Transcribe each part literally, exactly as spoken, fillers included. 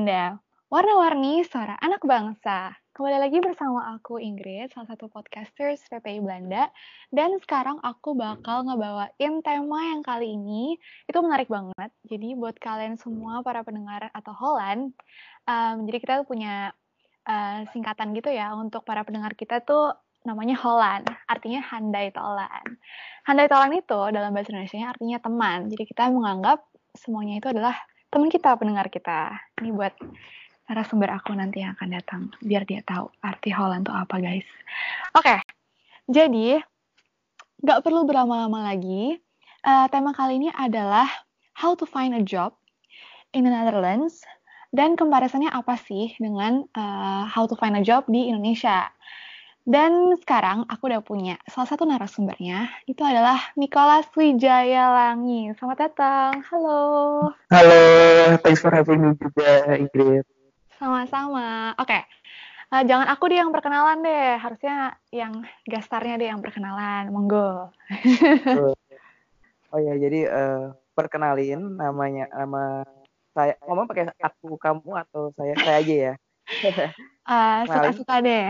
Belanda. Warna-warni suara anak bangsa. Kembali lagi bersama aku Ingrid, salah satu podcasters P P I Belanda. Dan sekarang aku bakal ngebawain tema yang kali ini itu menarik banget. Jadi buat kalian semua para pendengar atau Holland, um, jadi kita tuh punya uh, singkatan gitu ya untuk para pendengar kita tuh namanya Holland, artinya handai tolan. Handai tolan itu dalam bahasa Indonesia artinya teman. Jadi kita menganggap semuanya itu adalah teman kita, pendengar kita. Ini buat narasumber aku nanti yang akan datang, biar dia tahu arti Holland itu apa, guys. Oke, okay, jadi nggak perlu berlama-lama lagi. Uh, tema kali ini adalah how to find a job in the Netherlands, dan comparisonnya apa sih dengan uh, how to find a job di Indonesia. Dan sekarang aku udah punya salah satu narasumbernya, itu adalah Nicholas Wijaya Langi. Selamat datang, halo. Halo, thanks for having me juga, Ingrid. Sama-sama. Oke, okay. uh, jangan aku deh yang perkenalan deh, harusnya yang gastarnya deh yang perkenalan, monggo. Oh ya, jadi uh, perkenalin namanya, nama saya, ngomong pakai aku, kamu, atau saya, saya aja ya? uh, suka-suka deh.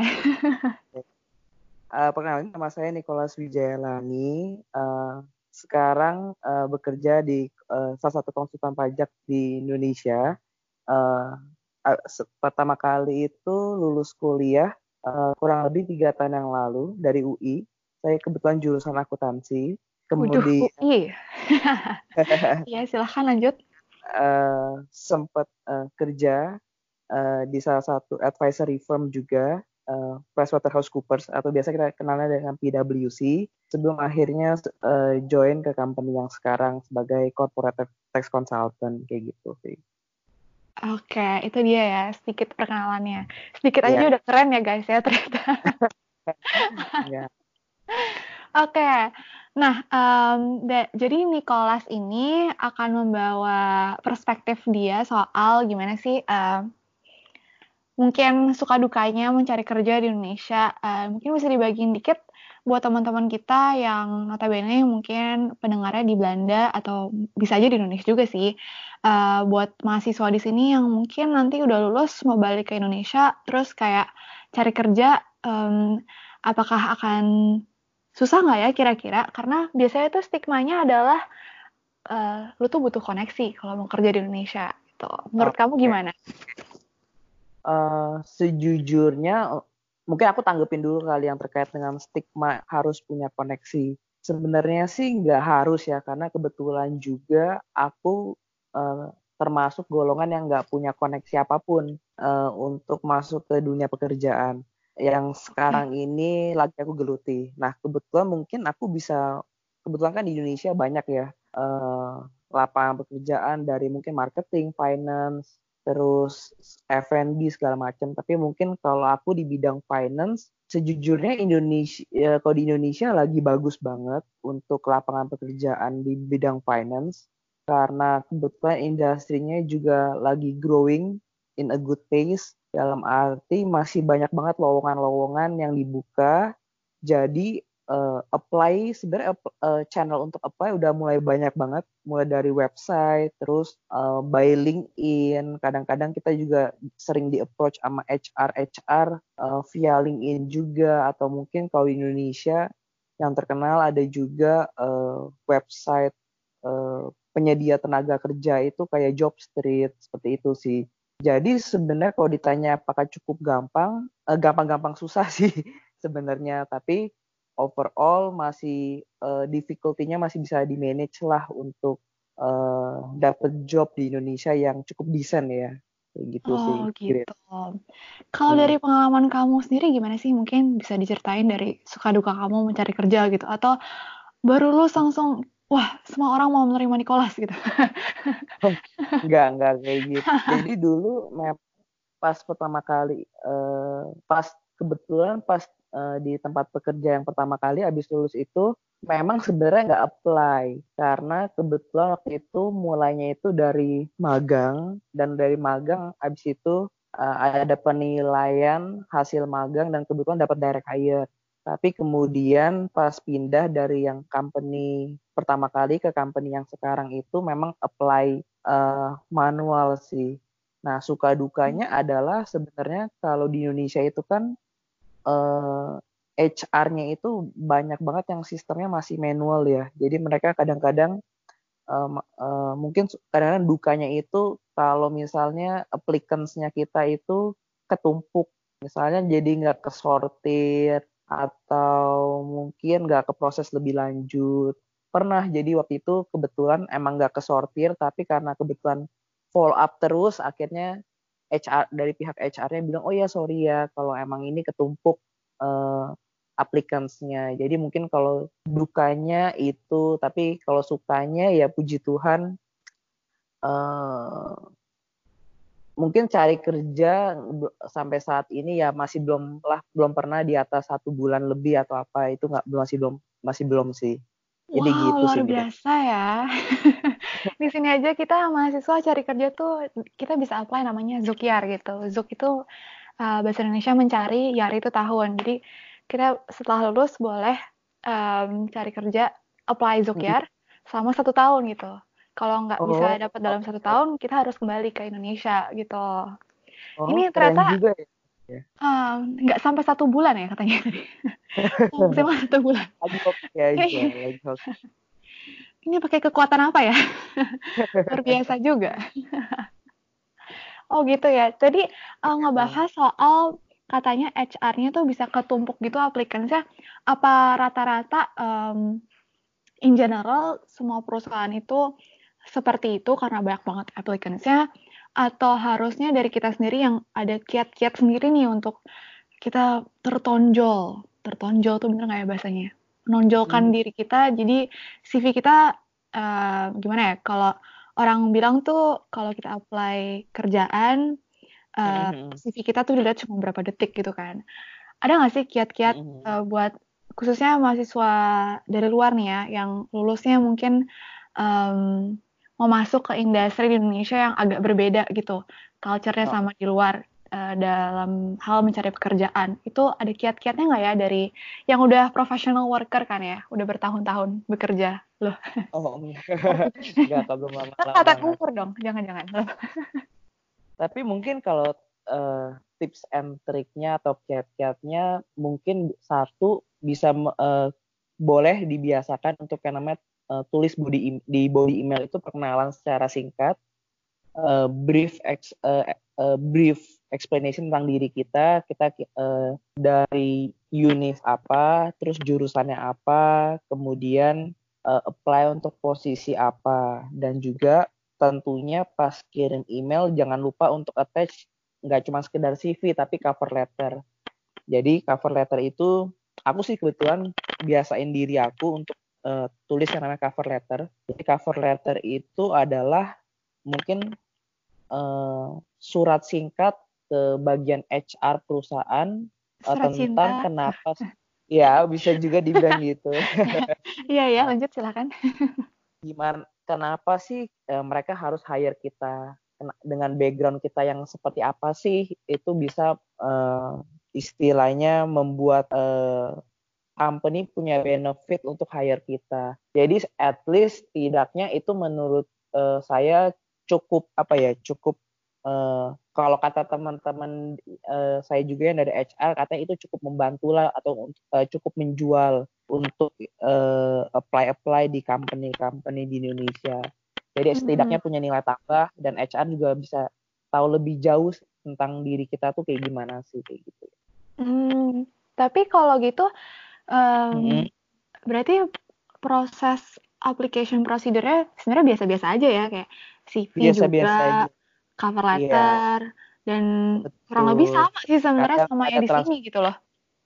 uh, perkenalin, nama saya Nicholas Wijaya Langi. Uh, sekarang uh, bekerja di uh, salah satu konsultan pajak di Indonesia. Uh, uh, pertama kali itu lulus kuliah uh, kurang lebih tiga tahun yang lalu dari U I. Saya kebetulan jurusan akuntansi. Kemudian Waduh, U I. Ya, silahkan lanjut. Uh, sempat uh, kerja uh, di salah satu advisory firm juga, uh, PricewaterhouseCoopers, atau biasa kita kenalnya dengan P W C, sebelum akhirnya uh, join ke company yang sekarang sebagai corporate tax consultant, kayak gitu sih. Oke, itu dia ya, sedikit perkenalannya. Sedikit aja Ya. udah keren ya guys ya ternyata. Ya. Oke, okay. Nah um, de- jadi Nicholas ini akan membawa perspektif dia soal gimana sih uh, mungkin suka dukanya mencari kerja di Indonesia. Uh, mungkin bisa dibagiin dikit buat teman-teman kita yang notabene mungkin pendengarnya di Belanda atau bisa aja di Indonesia juga sih. Uh, buat mahasiswa di sini yang mungkin nanti udah lulus mau balik ke Indonesia, terus kayak cari kerja, um, apakah akan susah nggak ya kira-kira? Karena biasanya tuh stigmanya adalah uh, lu tuh butuh koneksi kalau mau kerja di Indonesia. Gitu. Menurut Oh, kamu okay. gimana? Uh, sejujurnya, mungkin aku tanggepin dulu kali yang terkait dengan stigma harus punya koneksi. Sebenarnya sih nggak harus ya, karena kebetulan juga aku uh, termasuk golongan yang nggak punya koneksi apapun uh, untuk masuk ke dunia pekerjaan yang sekarang ini lagi aku geluti. Nah, kebetulan mungkin aku bisa, kebetulan kan di Indonesia banyak ya uh, lapangan pekerjaan dari mungkin marketing, finance, terus F and B segala macam. Tapi mungkin kalau aku di bidang finance, sejujurnya Indonesia, ya, kalau di Indonesia lagi bagus banget untuk lapangan pekerjaan di bidang finance, karena kebetulan industrinya juga lagi growing in a good pace, dalam arti masih banyak banget lowongan-lowongan yang dibuka. Jadi uh, apply, sebenarnya uh, channel untuk apply udah mulai banyak banget, mulai dari website, terus uh, by LinkedIn. Kadang-kadang kita juga sering di approach sama H R H R uh, via LinkedIn juga, atau mungkin kalau di Indonesia yang terkenal ada juga uh, website uh, penyedia tenaga kerja itu kayak Jobstreet, seperti itu sih. Jadi sebenarnya kalau ditanya apakah cukup gampang, uh, gampang-gampang susah sih sebenarnya, tapi overall masih uh, difficulty-nya masih bisa di-manage lah untuk uh, dapet job di Indonesia yang cukup decent ya, kayak gitu sih. Oh Great. gitu. Kalau Hmm. dari pengalaman kamu sendiri gimana sih? Mungkin bisa diceritain dari suka duka kamu mencari kerja gitu, atau baru lulus langsung wah semua orang mau menerima Nicholas gitu. Enggak, enggak kayak gitu. Jadi dulu pas pertama kali, uh, pas kebetulan pas uh, di tempat pekerja yang pertama kali habis lulus itu, memang sebenarnya nggak apply, karena kebetulan waktu itu mulainya itu dari magang, dan dari magang habis itu uh, ada penilaian hasil magang dan kebetulan dapat direct hire. Tapi kemudian pas pindah dari yang company pertama kali ke company yang sekarang itu memang apply uh, manual sih. Nah, suka dukanya adalah sebenarnya kalau di Indonesia itu kan eh, H R-nya itu banyak banget yang sistemnya masih manual ya. Jadi mereka kadang-kadang eh, ma- eh, mungkin su- kadang-kadang dukanya itu kalau misalnya applicants-nya kita itu ketumpuk. Misalnya jadi nggak kesortir atau mungkin nggak keproses lebih lanjut. Pernah jadi waktu itu kebetulan emang nggak kesortir, tapi karena kebetulan follow up terus, akhirnya H R dari pihak H R-nya bilang, oh ya sorry ya, kalau emang ini ketumpuk eh, applicants-nya. Jadi mungkin kalau dukanya itu, tapi kalau sukanya ya puji Tuhan, eh, mungkin cari kerja sampai saat ini ya masih belum lah belum pernah di atas satu bulan lebih atau apa itu nggak belum masih belum masih belum sih. Jadi Wow, gitu luar sih Grace. biasa ya. Di sini aja kita mahasiswa cari kerja tuh kita bisa apply namanya Zukyar gitu. Zuk itu uh, bahasa Indonesia mencari, Yar itu tahun. Jadi kita setelah lulus boleh um, cari kerja, apply Zukyar selama satu tahun gitu. Kalau nggak bisa Oh, dapat dalam satu tahun, kita harus kembali ke Indonesia gitu. oh Ini keren ternyata juga ya. um, nggak sampai satu bulan ya katanya tadi. Maksimal satu bulan. Lagi hoki aja, Ini, lagi hoki. ini pakai kekuatan apa ya? Luar biasa juga. Oh gitu ya. Tadi uh, ngebahas soal katanya H R-nya tuh bisa ketumpuk gitu applicants-nya. Apa rata-rata um, in general semua perusahaan itu seperti itu karena banyak banget applicants-nya, atau harusnya dari kita sendiri yang ada kiat-kiat sendiri nih untuk kita tertonjol. Tertonjol tuh bener nggak ya bahasanya? Menonjolkan Hmm. diri kita. Jadi C V kita uh, gimana ya? Kalau orang bilang tuh kalau kita apply kerjaan, uh, Hmm. C V kita tuh dilihat cuma berapa detik gitu kan. Ada nggak sih kiat-kiat Hmm. uh, buat khususnya mahasiswa dari luar nih ya, yang lulusnya mungkin um, mau masuk ke industri di Indonesia yang agak berbeda gitu, culture-nya Oh, sama di luar uh, dalam hal mencari pekerjaan. Itu ada kiat-kiatnya nggak ya dari yang udah professional worker kan ya, udah bertahun-tahun bekerja loh. oh enggak. Oh, bukan. Enggak, kalau belum Kan lama-lama kelihatan banget. umur dong, jangan-jangan. Tapi mungkin kalau eh, tips and triknya atau kiat-kiatnya mungkin satu bisa eh, boleh dibiasakan untuk yang namanya eh, tulis body em- di body email itu perkenalan secara singkat, eh, brief ex, eh, eh, brief explanation tentang diri kita, kita eh, dari univ apa, terus jurusannya apa, kemudian eh, apply untuk posisi apa, dan juga tentunya pas kirim email jangan lupa untuk attach nggak cuma sekedar C V tapi cover letter. Jadi cover letter itu aku sih kebetulan biasain diri aku untuk uh, tulis yang namanya cover letter. Jadi cover letter itu adalah mungkin uh, surat singkat ke bagian H R perusahaan uh, Surat tentang cinta. kenapa ya bisa juga dibilang gitu. Iya ya, Uh, lanjut silakan. gimana kenapa sih eh, mereka harus hire kita dengan background kita yang seperti apa sih itu bisa eh, istilahnya membuat eh, company punya benefit untuk hire kita. Jadi at least tidaknya itu menurut eh, saya cukup apa ya cukup eh, kalau kata teman-teman eh, saya juga yang dari H R katanya itu cukup membantu lah atau eh, cukup menjual untuk uh, apply-apply di company-company di Indonesia. Jadi Hmm. setidaknya punya nilai tambah dan H R juga bisa tahu lebih jauh tentang diri kita tuh kayak gimana sih kayak gitu. Hmm, tapi kalau gitu, um, Mm-hmm. berarti proses application procedure-nya sebenarnya biasa-biasa aja ya, kayak C V Biasa-biasa juga, aja. cover Iya, letter, dan kurang lebih betul. sama sih sebenarnya Kadang sama ada yang di trans sini gitu loh.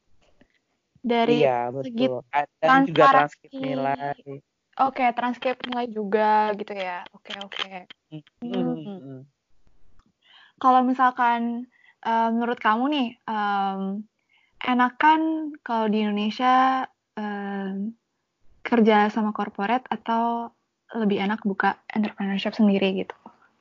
Dari iya, segi betul. Kadang juga transkrip transparansi, nilai. oke, transkrip nilai juga gitu ya. Oke, oke. Hmm. Mm-hmm. Kalau misalkan eh, menurut kamu nih, em, enakan kalau di Indonesia em, kerja sama corporate atau lebih enak buka entrepreneurship sendiri gitu?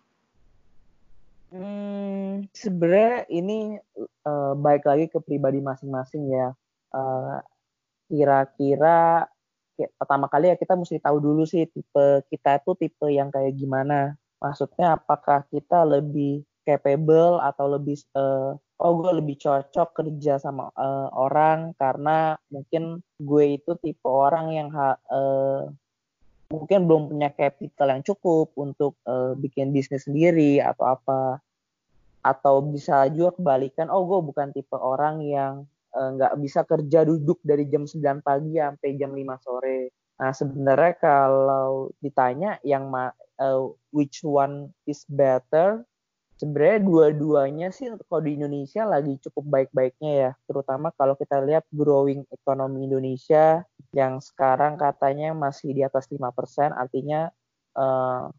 Hmm, sebenarnya ini uh, baik lagi ke pribadi masing-masing ya. Uh, kira-kira ya, pertama kali ya kita mesti tahu dulu sih tipe kita tuh tipe yang kayak gimana. Maksudnya apakah kita lebih capable atau lebih uh, oh gue lebih cocok kerja sama uh, orang karena mungkin gue itu tipe orang yang ha, uh, mungkin belum punya capital yang cukup untuk uh, bikin bisnis sendiri atau apa, atau bisa juga kebalikan, oh gue bukan tipe orang yang nggak uh, bisa kerja duduk dari jam sembilan pagi sampai jam lima sore. Nah sebenarnya kalau ditanya yang ma- uh, which one is better, sebenarnya dua-duanya sih kalau di Indonesia lagi cukup baik-baiknya ya, terutama kalau kita lihat growing ekonomi Indonesia yang sekarang katanya masih di atas lima persen, artinya uh,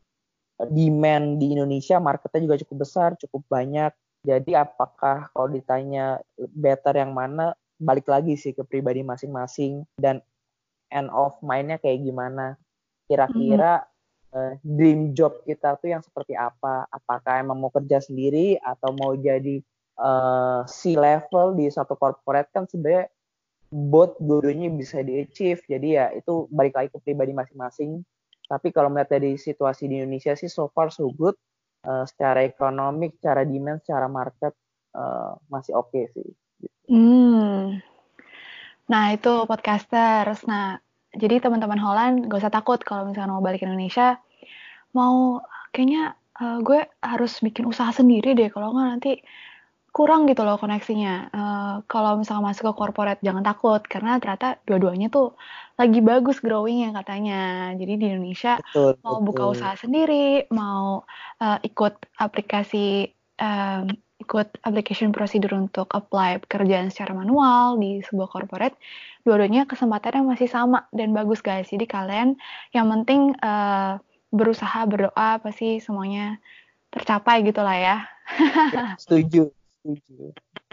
demand di Indonesia marketnya juga cukup besar, cukup banyak. Jadi apakah kalau ditanya better yang mana, balik lagi sih ke pribadi masing-masing dan end of mind-nya kayak gimana. Kira-kira hmm. uh, dream job kita tuh yang seperti apa? Apakah emang mau kerja sendiri atau mau jadi uh, C-level di suatu corporate? Kan sebenarnya both dua-duanya bisa di-achieve. Jadi ya itu balik lagi ke pribadi masing-masing. Tapi kalau melihat dari situasi di Indonesia sih so far so good. Uh, secara ekonomi, secara demand, secara market uh, masih oke okay sih. Hmm. Nah itu podcasters. Nah jadi teman-teman Holland gak usah takut kalau misalnya mau balik ke Indonesia. Mau kayaknya uh, gue harus bikin usaha sendiri deh. Kalau nggak nanti kurang gitu loh koneksinya. Uh, kalau misalnya masuk ke corporate jangan takut karena ternyata dua-duanya tuh lagi bagus growing yang katanya. Jadi di Indonesia betul, mau betul. buka usaha sendiri, mau uh, ikut aplikasi um, ikut application procedure untuk apply pekerjaan secara manual di sebuah corporate, dua-duanya kesempatannya masih sama dan bagus guys. Jadi kalian yang penting uh, berusaha, berdoa pasti semuanya tercapai gitu lah ya. Ya, setuju. Setuju.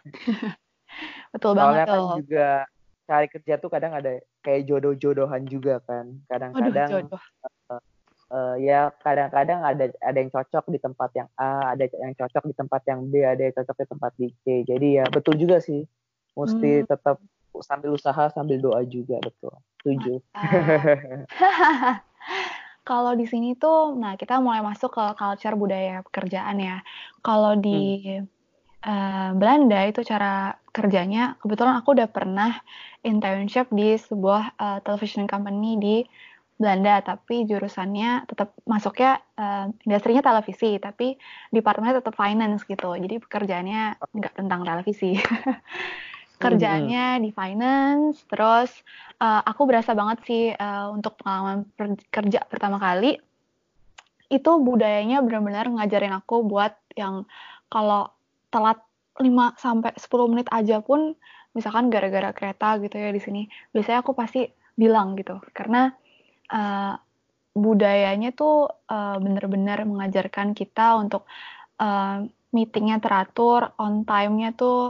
Betul Soalnya banget kan tuh. juga cari kerja tuh kadang ada kayak jodoh-jodohan juga kan. Waduh, Kadang-kadang jodoh. uh, uh, ya kadang-kadang ada ada yang cocok di tempat yang A, ada yang cocok di tempat yang B, ada yang cocok di tempat di C. Jadi ya betul juga sih. Mesti Hmm, tetap sambil usaha sambil doa juga, betul. Setuju. kalau di sini tuh, nah kita mulai masuk ke culture budaya pekerjaan ya. Kalau di hmm. uh, Belanda itu cara kerjanya, kebetulan aku udah pernah internship di sebuah uh, television company di Belanda, tapi jurusannya tetap masuknya uh, industrinya televisi, tapi departemennya tetap finance gitu. Jadi pekerjaannya nggak tentang televisi. Kerjaannya di finance, terus uh, aku berasa banget sih uh, untuk pengalaman per- kerja pertama kali itu budayanya benar-benar ngajarin aku buat yang kalau telat lima sampai sepuluh menit aja pun misalkan gara-gara kereta gitu ya di sini biasanya aku pasti bilang gitu karena uh, budayanya tuh uh, benar-benar mengajarkan kita untuk uh, meetingnya teratur, on time-nya tuh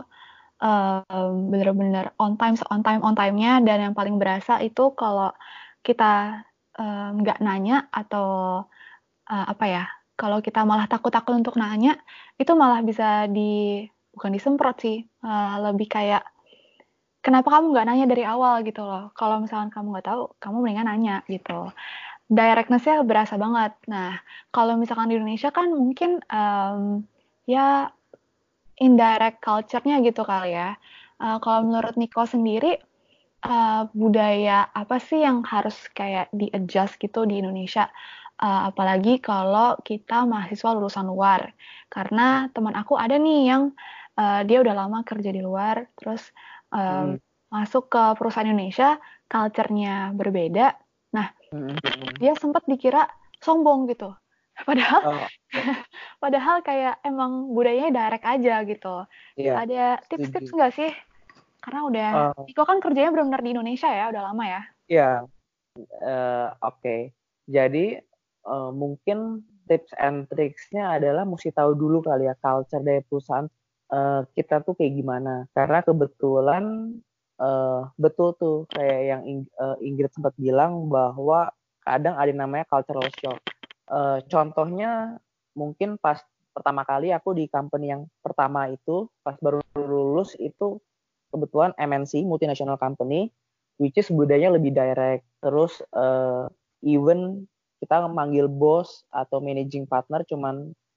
um, bener-bener on time on time on time-nya dan yang paling berasa itu kalau kita nggak um, nanya atau uh, apa ya kalau kita malah takut-takut untuk nanya itu malah bisa di bukan disemprot sih uh, lebih kayak kenapa kamu nggak nanya dari awal gitu loh kalau misalkan kamu nggak tahu kamu mendingan nanya gitu directness-nya berasa banget nah kalau misalkan di Indonesia kan mungkin um, ya indirect culture-nya gitu kali ya. Uh, kalau menurut Niko sendiri, uh, budaya apa sih yang harus kayak di-adjust gitu di Indonesia? Uh, apalagi kalau kita mahasiswa lulusan luar. Karena teman aku ada nih yang uh, dia udah lama kerja di luar, terus um, Hmm. masuk ke perusahaan Indonesia, culture-nya berbeda. Nah, Hmm. dia sempat dikira sombong gitu. Padahal Oh, padahal kayak emang budayanya direct aja gitu. iya, Ada tips-tips setuju. nggak sih? Karena udah, Uh, Iko kan kerjanya benar-benar di Indonesia ya, udah lama ya. ya, uh, oke. Okay. Jadi uh, mungkin tips and tricksnya adalah mesti tahu dulu kali ya culture dari perusahaan uh, kita tuh kayak gimana. Karena kebetulan uh, betul tuh kayak yang Ing- uh, Ingrid sempat bilang bahwa kadang ada yang namanya cultural shock. Uh, contohnya mungkin pas pertama kali aku di company yang pertama itu pas baru lulus itu kebetulan M N C multinational company which is budayanya lebih direct terus uh, even kita manggil bos atau managing partner cuman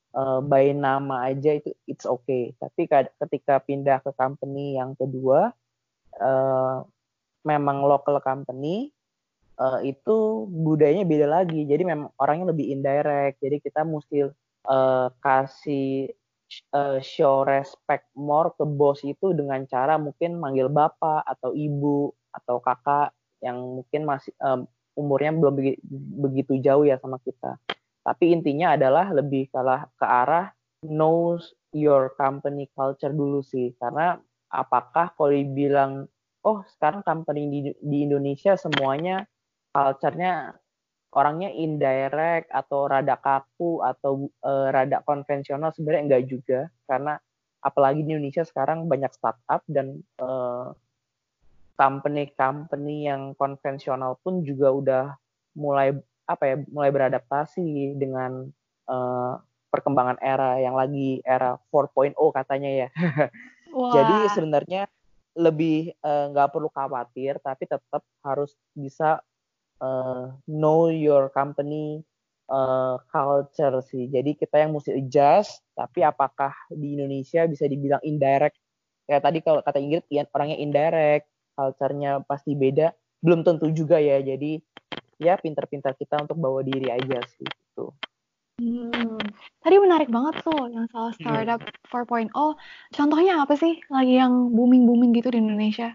uh, by nama aja itu it's okay. Tapi ketika pindah ke company yang kedua, uh, memang local company, uh, itu budayanya beda lagi. Jadi memang orangnya lebih indirect. Jadi kita mesti uh, kasih uh, show respect more ke bos itu dengan cara mungkin manggil bapak atau ibu atau kakak yang mungkin masih um, umurnya belum begitu jauh ya sama kita. Tapi intinya adalah lebih kalah ke arah knows your company culture dulu sih. Karena apakah kalau dibilang, oh sekarang company di, di Indonesia semuanya culture-nya orangnya indirect atau rada kaku atau uh, rada konvensional, sebenarnya enggak juga. Karena apalagi di Indonesia sekarang banyak startup dan uh, company-company yang konvensional pun juga udah mulai apa ya mulai beradaptasi dengan uh, perkembangan era yang lagi era empat titik nol katanya ya. Jadi Wah. sebenarnya lebih nggak uh, perlu khawatir, tapi tetap harus bisa uh, know your company uh, culture sih. Jadi kita yang mesti adjust, tapi apakah di Indonesia bisa dibilang indirect? Kayak tadi kalau kata Ingrid, ya, orangnya indirect, culture-nya pasti beda. Belum tentu juga ya. Jadi ya pintar-pintar kita untuk bawa diri aja sih. Gitu. Hmm. Tadi menarik banget tuh yang soal startup empat titik nol. Contohnya apa sih lagi yang booming-booming gitu di Indonesia?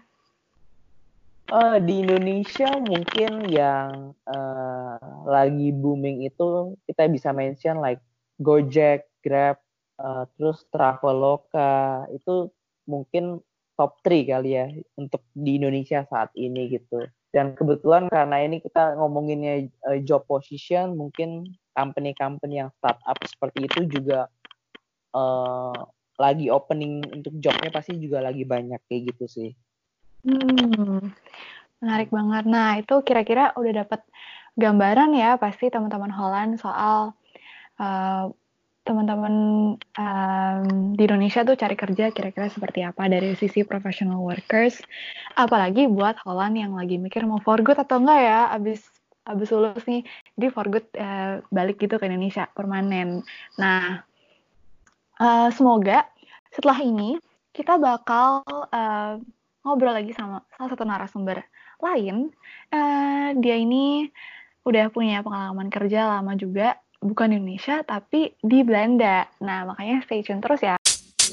Uh, di Indonesia mungkin yang uh, lagi booming itu kita bisa mention like Gojek, Grab, uh, terus Traveloka, itu mungkin top tiga kali ya untuk di Indonesia saat ini gitu. Dan kebetulan karena ini kita ngomonginnya uh, job position, mungkin company-company yang startup seperti itu juga uh, lagi opening untuk jobnya pasti juga lagi banyak kayak gitu sih. Hmm, menarik banget. Nah, itu kira-kira udah dapat gambaran ya pasti teman-teman Holland soal uh, teman-teman um, di Indonesia tuh cari kerja kira-kira seperti apa dari sisi professional workers. Apalagi buat Holland yang lagi mikir mau for good atau enggak ya abis abis lulus nih. Jadi for good uh, balik gitu ke Indonesia permanen. Nah, uh, semoga setelah ini kita bakal uh, ngobrol lagi sama salah satu narasumber lain. Uh, dia ini udah punya pengalaman kerja lama juga, bukan di Indonesia, tapi di Belanda. Nah, makanya stay tune terus ya.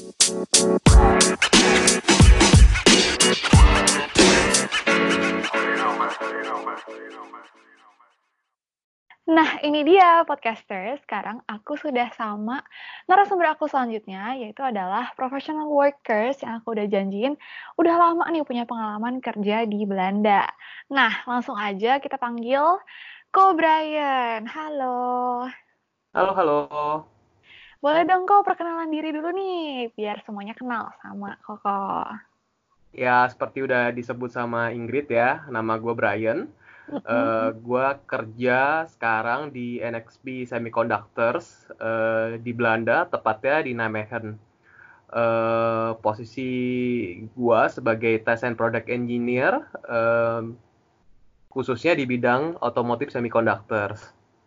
Nah, ini dia podcaster. Sekarang aku sudah sama narasumber aku selanjutnya, yaitu adalah professional workers yang aku udah janjiin. Udah lama nih punya pengalaman kerja di Belanda. Nah, langsung aja kita panggil Ko Brian. Halo. Halo, halo. Boleh dong Ko perkenalan diri dulu nih, biar semuanya kenal sama Koko. Ya, seperti udah disebut sama Ingrid ya, nama gue Brian. Mm-hmm. Uh, gue kerja sekarang di N X P Semiconductors uh, di Belanda, tepatnya di Nijmegen. Uh, posisi gue sebagai Test and Product Engineer, uh, khususnya di bidang otomotif semiconductors.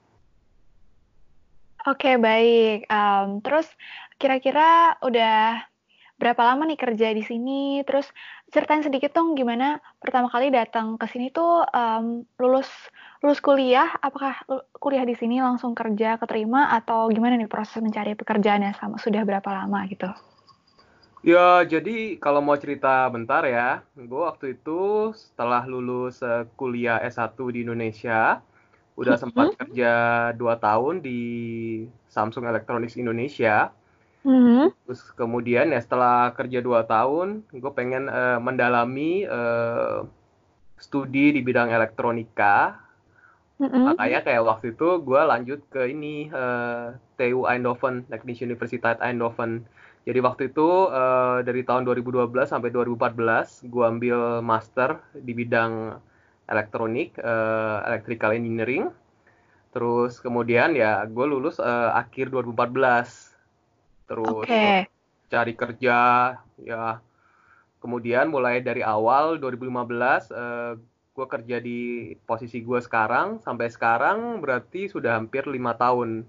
Oke, okay, baik. Um, terus kira-kira udah berapa lama nih kerja di sini? Terus ceritain sedikit dong gimana pertama kali datang ke sini tuh um, lulus lulus kuliah, apakah kuliah di sini langsung kerja keterima atau gimana nih proses mencari pekerjaannya sama sudah berapa lama gitu? Ya, jadi kalau mau cerita bentar ya, gue waktu itu setelah lulus uh, kuliah S satu di Indonesia, udah sempat mm-hmm. kerja dua tahun di Samsung Electronics Indonesia. Mm-hmm. Terus kemudian ya setelah kerja dua tahun, gue pengen uh, mendalami uh, studi di bidang elektronika. Mm-hmm. Makanya kayak waktu itu gue lanjut ke ini uh, T U Eindhoven, Technische Universiteit Eindhoven. Jadi waktu itu uh, dari tahun dua ribu dua belas sampai dua ribu empat belas gue ambil master di bidang elektronik, uh, electrical engineering. Terus kemudian ya gue lulus uh, akhir dua ribu empat belas. Terus okay. cari kerja ya. Kemudian mulai dari awal dua ribu lima belas uh, gue kerja di posisi gue sekarang sampai sekarang berarti sudah hampir lima tahun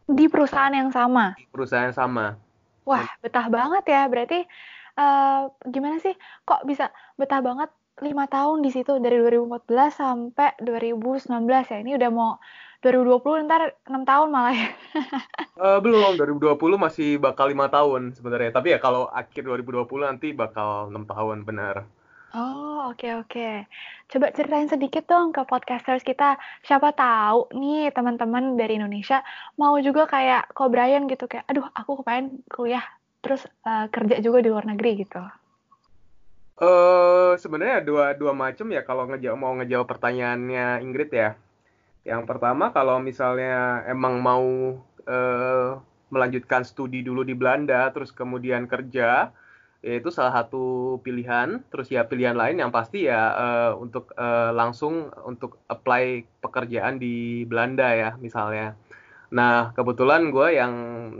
Di perusahaan yang sama? Di perusahaan yang sama. Wah, betah banget ya. Berarti uh, gimana sih? Kok bisa betah banget lima tahun di situ dari dua ribu empat belas sampai dua ribu sembilan belas ya? Ini udah mau dua ribu dua puluh, ntar enam tahun malah ya. Uh, belum, dua ribu dua puluh masih bakal lima tahun sebenarnya. Tapi ya kalau akhir dua ribu dua puluh nanti bakal enam tahun, benar. Oh, oke oke. Coba ceritain sedikit dong ke podcasters kita. Siapa tahu nih teman-teman dari Indonesia mau juga kayak Ko Brian gitu, kayak aduh aku kepengen kuliah terus uh, kerja juga di luar negeri gitu. Eh uh, sebenarnya dua dua macam ya kalau ngejawab mau ngejawab pertanyaannya Ingrid ya. Yang pertama kalau misalnya emang mau uh, melanjutkan studi dulu di Belanda terus kemudian kerja, ya itu salah satu pilihan. Terus ya pilihan lain yang pasti ya uh, untuk uh, langsung untuk apply pekerjaan di Belanda ya misalnya. Nah kebetulan gue yang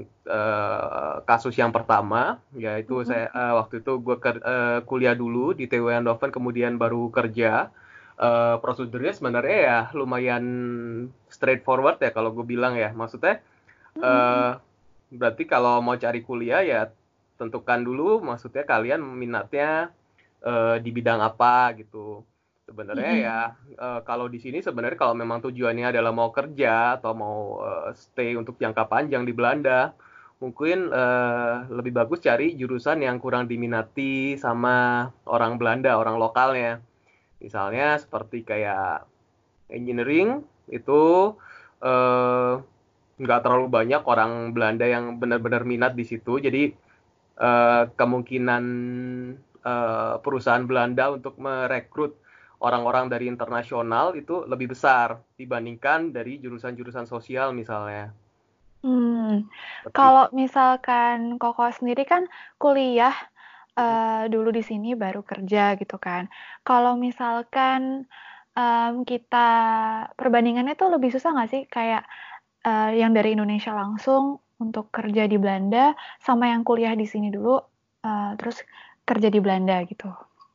uh, kasus yang pertama yaitu mm-hmm. saya uh, waktu itu gue uh, kuliah dulu di T U Eindhoven kemudian baru kerja. Uh, prosedurnya sebenarnya ya lumayan straightforward ya kalau gue bilang ya. Maksudnya uh, berarti kalau mau cari kuliah ya tentukan dulu maksudnya kalian minatnya uh, di bidang apa gitu. Sebenarnya mm-hmm. ya uh, kalau di sini sebenarnya kalau memang tujuannya adalah mau kerja atau mau uh, stay untuk jangka panjang di Belanda, mungkin uh, lebih bagus cari jurusan yang kurang diminati sama orang Belanda, orang lokalnya. Misalnya seperti kayak engineering itu uh, nggak terlalu banyak orang Belanda yang benar-benar minat di situ. Jadi uh, kemungkinan uh, perusahaan Belanda untuk merekrut orang-orang dari internasional itu lebih besar dibandingkan dari jurusan-jurusan sosial misalnya. Hmm, kalau misalkan Koko sendiri kan kuliah uh, dulu di sini baru kerja gitu kan. Kalau misalkan um, kita perbandingannya tuh lebih susah nggak sih kayak uh, yang dari Indonesia langsung untuk kerja di Belanda sama yang kuliah di sini dulu uh, terus kerja di Belanda gitu?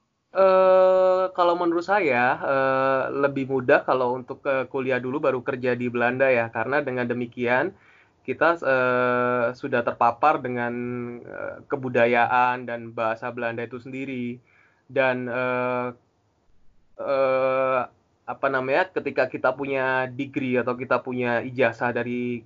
Uh, kalau menurut saya uh, lebih mudah kalau untuk uh, kuliah dulu baru kerja di Belanda ya, karena dengan demikian kita uh, sudah terpapar dengan uh, kebudayaan dan bahasa Belanda itu sendiri. Dan uh, uh, apa namanya, ketika kita punya degree atau kita punya ijazah dari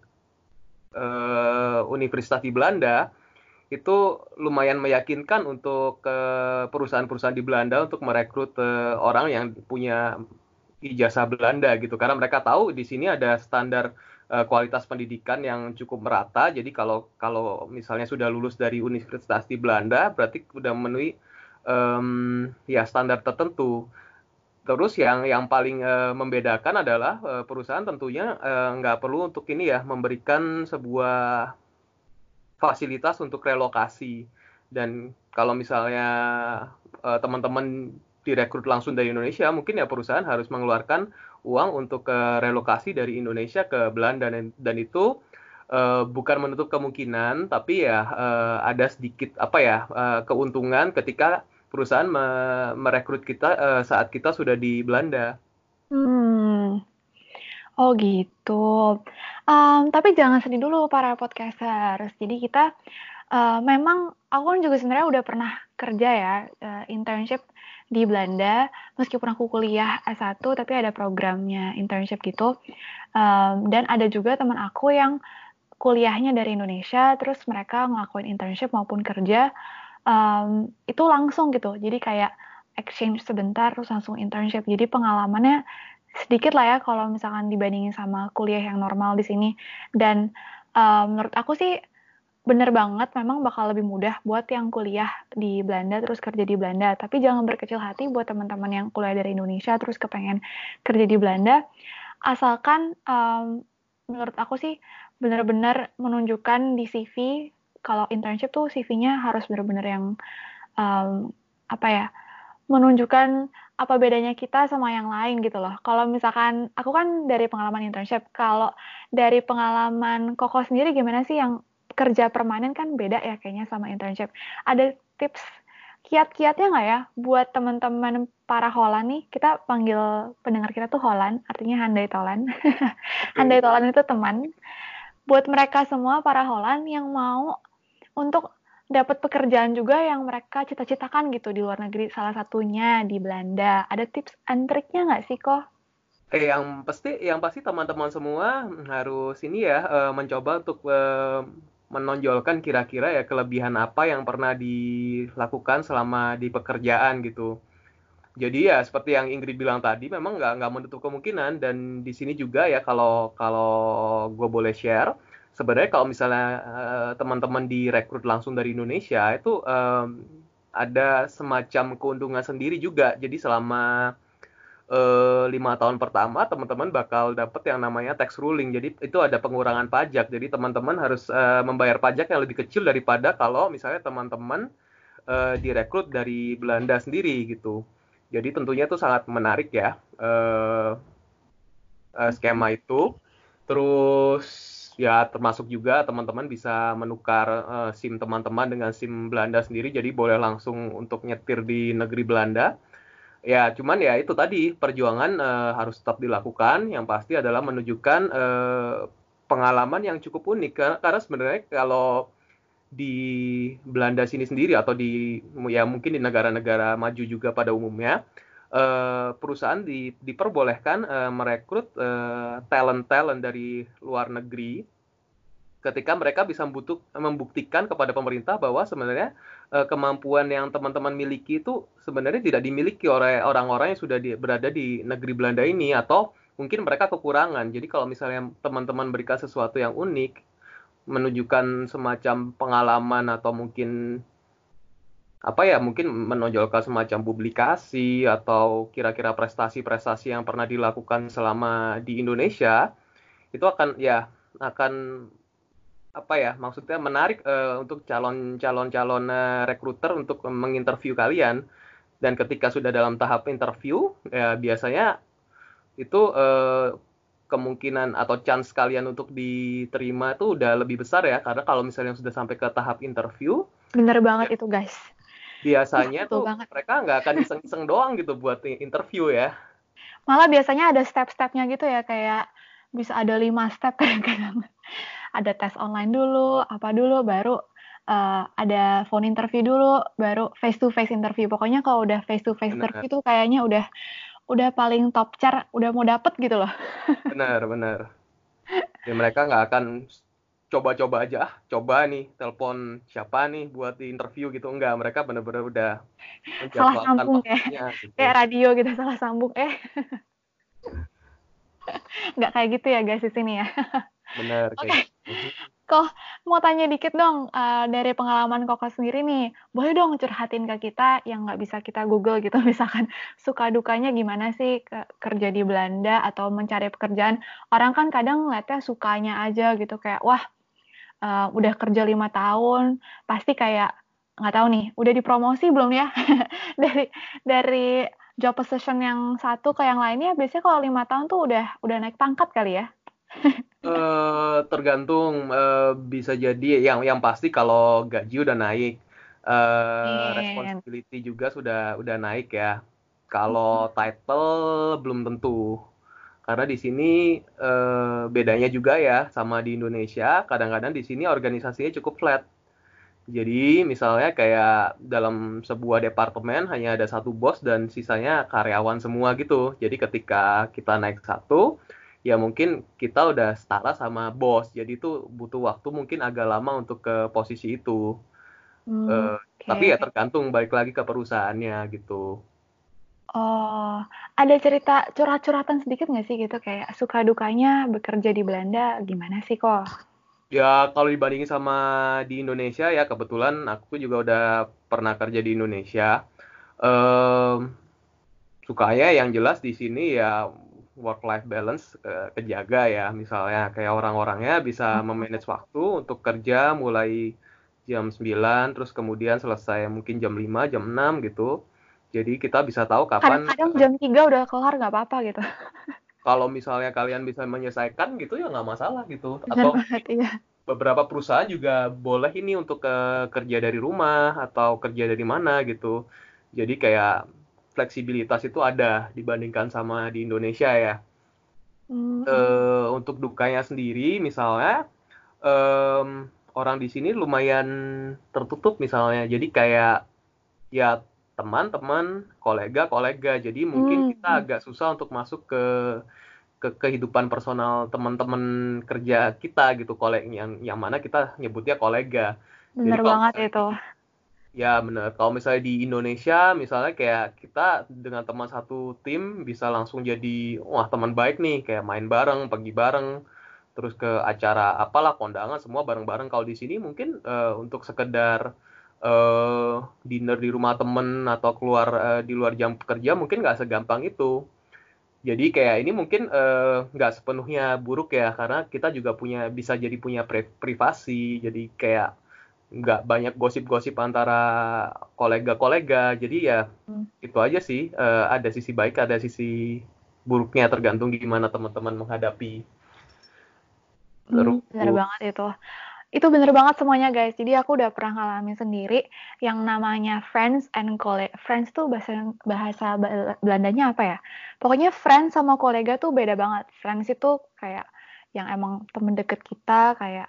uh, universitas di Belanda, itu lumayan meyakinkan untuk uh, perusahaan-perusahaan di Belanda untuk merekrut uh, orang yang punya ijazah Belanda gitu, karena mereka tahu di sini ada standar uh, kualitas pendidikan yang cukup merata. Jadi kalau kalau misalnya sudah lulus dari universitas di Belanda berarti sudah memenuhi um, ya standar tertentu. Terus yang yang paling uh, membedakan adalah uh, perusahaan tentunya uh, nggak perlu untuk ini ya memberikan sebuah fasilitas untuk relokasi. Dan kalau misalnya uh, teman-teman direkrut langsung dari Indonesia, mungkin ya perusahaan harus mengeluarkan uang untuk uh, relokasi dari Indonesia ke Belanda, dan, dan itu uh, bukan menutup kemungkinan, tapi ya uh, ada sedikit apa ya uh, keuntungan ketika perusahaan me- merekrut kita uh, saat kita sudah di Belanda. Hmm. Oh gitu. Um, tapi jangan sedih dulu para podcasters. Jadi kita uh, memang aku kan juga sebenarnya udah pernah kerja ya uh, internship di Belanda. Meskipun aku kuliah S satu tapi ada programnya internship gitu. Um, dan ada juga teman aku yang kuliahnya dari Indonesia, terus mereka ngelakuin internship maupun kerja um, itu langsung gitu. Jadi kayak exchange sebentar terus langsung internship. Jadi pengalamannya sedikit lah ya kalau misalkan dibandingin sama kuliah yang normal di sini. Dan um, menurut aku sih bener banget memang bakal lebih mudah buat yang kuliah di Belanda terus kerja di Belanda. Tapi jangan berkecil hati buat teman-teman yang kuliah dari Indonesia terus kepengen kerja di Belanda. Asalkan um, menurut aku sih benar-benar menunjukkan di C V, kalau internship tuh C V-nya harus benar-benar yang um, apa ya, menunjukkan apa bedanya kita sama yang lain gitu loh. Kalau misalkan aku kan dari pengalaman internship, kalau dari pengalaman Koko sendiri gimana sih, yang kerja permanen kan beda ya kayaknya sama internship. Ada tips kiat-kiatnya nggak ya buat teman-teman para Holland nih? Kita panggil pendengar kita tuh Holland, artinya handai tolan. Handai tolan itu teman. buat mereka semua para Holland yang mau untuk dapat pekerjaan juga yang mereka cita-citakan gitu di luar negeri, salah satunya di Belanda. Ada tips and triknya nggak sih kok? Eh, yang pasti, yang pasti teman-teman semua harus ini ya, eh, mencoba untuk eh, menonjolkan kira-kira ya kelebihan apa yang pernah dilakukan selama di pekerjaan gitu. Jadi ya seperti yang Ingrid bilang tadi, memang nggak nggak menutup kemungkinan, dan di sini juga ya kalau kalau gue boleh share, sebenarnya kalau misalnya eh, teman-teman direkrut langsung dari Indonesia itu em, ada semacam keuntungan sendiri juga. Jadi selama eh, lima tahun pertama teman-teman bakal dapat yang namanya tax ruling. Jadi itu ada pengurangan pajak. Jadi teman-teman harus eh, membayar pajak yang lebih kecil daripada kalau misalnya teman-teman eh, direkrut dari Belanda sendiri gitu. Jadi tentunya itu sangat menarik ya eh, eh, skema itu. Terus ya termasuk juga teman-teman bisa menukar eh, SIM teman-teman dengan SIM Belanda sendiri. Jadi boleh langsung untuk nyetir di negeri Belanda. Ya, cuman ya itu tadi perjuangan eh, harus tetap dilakukan. Yang pasti adalah menunjukkan eh, pengalaman yang cukup unik. Karena, karena sebenarnya kalau di Belanda sini sendiri atau di ya mungkin di negara-negara maju juga pada umumnya, eh, perusahaan di, diperbolehkan eh, merekrut eh, talent-talent dari luar negeri ketika mereka bisa membutuh, membuktikan kepada pemerintah bahwa sebenarnya eh, kemampuan yang teman-teman miliki itu sebenarnya tidak dimiliki oleh orang-orang yang sudah di, berada di negeri Belanda ini, atau mungkin mereka kekurangan. Jadi kalau misalnya teman-teman berikan sesuatu yang unik, menunjukkan semacam pengalaman atau mungkin apa ya, mungkin menonjolkan semacam publikasi atau kira-kira prestasi-prestasi yang pernah dilakukan selama di Indonesia, itu akan ya akan apa ya, maksudnya menarik eh, untuk calon-calon-calon eh, rekruter untuk menginterview kalian. Dan ketika sudah dalam tahap interview, ya biasanya itu eh, kemungkinan atau chance kalian untuk diterima itu udah lebih besar ya, karena kalau misalnya sudah sampai ke tahap interview, Bener ya banget itu guys. biasanya Betul tuh banget. mereka nggak akan iseng-iseng doang gitu buat interview ya. Malah biasanya ada step-stepnya gitu ya, kayak bisa ada lima step kadang-kadang. Ada tes online dulu, apa dulu, baru uh, ada phone interview dulu, baru face to face interview. Pokoknya kalau udah face to face Benar, interview tuh kayaknya udah udah paling top char, udah mau dapet gitu loh. benar, benar. Ya mereka nggak akan coba-coba aja, ah coba nih telepon siapa nih buat di interview gitu, enggak, mereka benar-benar udah Salah menjadwalkan sambung ya. waktunya Kayak gitu. radio gitu salah sambung. Eh, nggak kayak gitu ya guys di sini ya. Benar Oke, kayak gitu. Kok mau tanya dikit dong, uh, dari pengalaman Koko sendiri nih, boleh dong curhatin ke kita yang nggak bisa kita Google gitu, misalkan suka dukanya gimana sih ke, kerja di Belanda atau mencari pekerjaan. Orang kan kadang ngeliatnya sukanya aja gitu, kayak wah uh, udah kerja lima tahun, pasti kayak nggak tahu nih, udah dipromosi belum ya dari dari job position yang satu ke yang lainnya. Biasanya kalau lima tahun tuh udah udah naik pangkat kali ya. Eh, tergantung, eh, bisa jadi yang yang pasti kalau gaji udah naik, eh, Amin. responsibility juga sudah udah naik ya. Kalau title belum tentu. Karena di sini eh, bedanya juga ya sama di Indonesia, kadang-kadang di sini organisasinya cukup flat. Jadi misalnya kayak dalam sebuah departemen hanya ada satu bos dan sisanya karyawan semua gitu. Jadi ketika kita naik satu, ya mungkin kita udah setara sama bos. Jadi itu butuh waktu mungkin agak lama untuk ke posisi itu. Hmm, Eh, tapi ya Oke. tergantung balik lagi ke perusahaannya gitu. Oh, ada cerita curhat-curhatan sedikit nggak sih gitu kayak suka dukanya bekerja di Belanda gimana sih kok? Ya kalau dibandingin sama di Indonesia ya kebetulan aku juga udah pernah kerja di Indonesia. Em, Sukanya yang jelas di sini ya work life balance eh, kejaga ya, misalnya kayak orang-orangnya bisa memanage waktu untuk kerja mulai jam sembilan terus kemudian selesai mungkin jam lima jam enam gitu. Jadi kita bisa tahu kapan Kadang-kadang eh, jam tiga udah kelar nggak apa-apa gitu. kalau misalnya kalian bisa menyelesaikan gitu ya nggak masalah gitu. Benar Atau banget, iya. beberapa perusahaan juga boleh ini untuk eh, kerja dari rumah atau kerja dari mana gitu. Jadi kayak fleksibilitas itu ada dibandingkan sama di Indonesia ya. Hmm, Eh, untuk dukanya sendiri misalnya um, orang di sini lumayan tertutup misalnya. Jadi kayak ya teman-teman, kolega-kolega. Jadi mungkin Hmm. kita agak susah untuk masuk ke ke kehidupan personal teman-teman kerja kita gitu, kolega yang yang mana kita nyebutnya kolega. Jadi Bener kalau banget misalnya itu. di, ya bener, kalau misalnya di Indonesia misalnya kayak kita dengan teman satu tim bisa langsung jadi wah teman baik nih, kayak main bareng, pergi bareng, terus ke acara apalah kondangan semua bareng-bareng. Kalau di sini mungkin eh, untuk sekedar eh, dinner di rumah temen atau keluar eh, di luar jam kerja mungkin nggak segampang itu. Jadi kayak ini mungkin eh, nggak sepenuhnya buruk ya, karena kita juga punya bisa jadi punya pri- privasi. Jadi kayak nggak banyak gosip-gosip antara kolega-kolega. Jadi ya Hmm. itu aja sih. Eh, ada sisi baik, ada sisi buruknya tergantung gimana teman-teman menghadapi. Hmm, Terus bener banget itu. Itu bener banget semuanya guys. Jadi aku udah pernah ngalamin sendiri yang namanya friends and colleague. Friends tuh bahasa bahasa Bel- Belandanya apa ya? Pokoknya friends sama kolega tuh beda banget. Friends itu kayak yang emang temen deket kita, kayak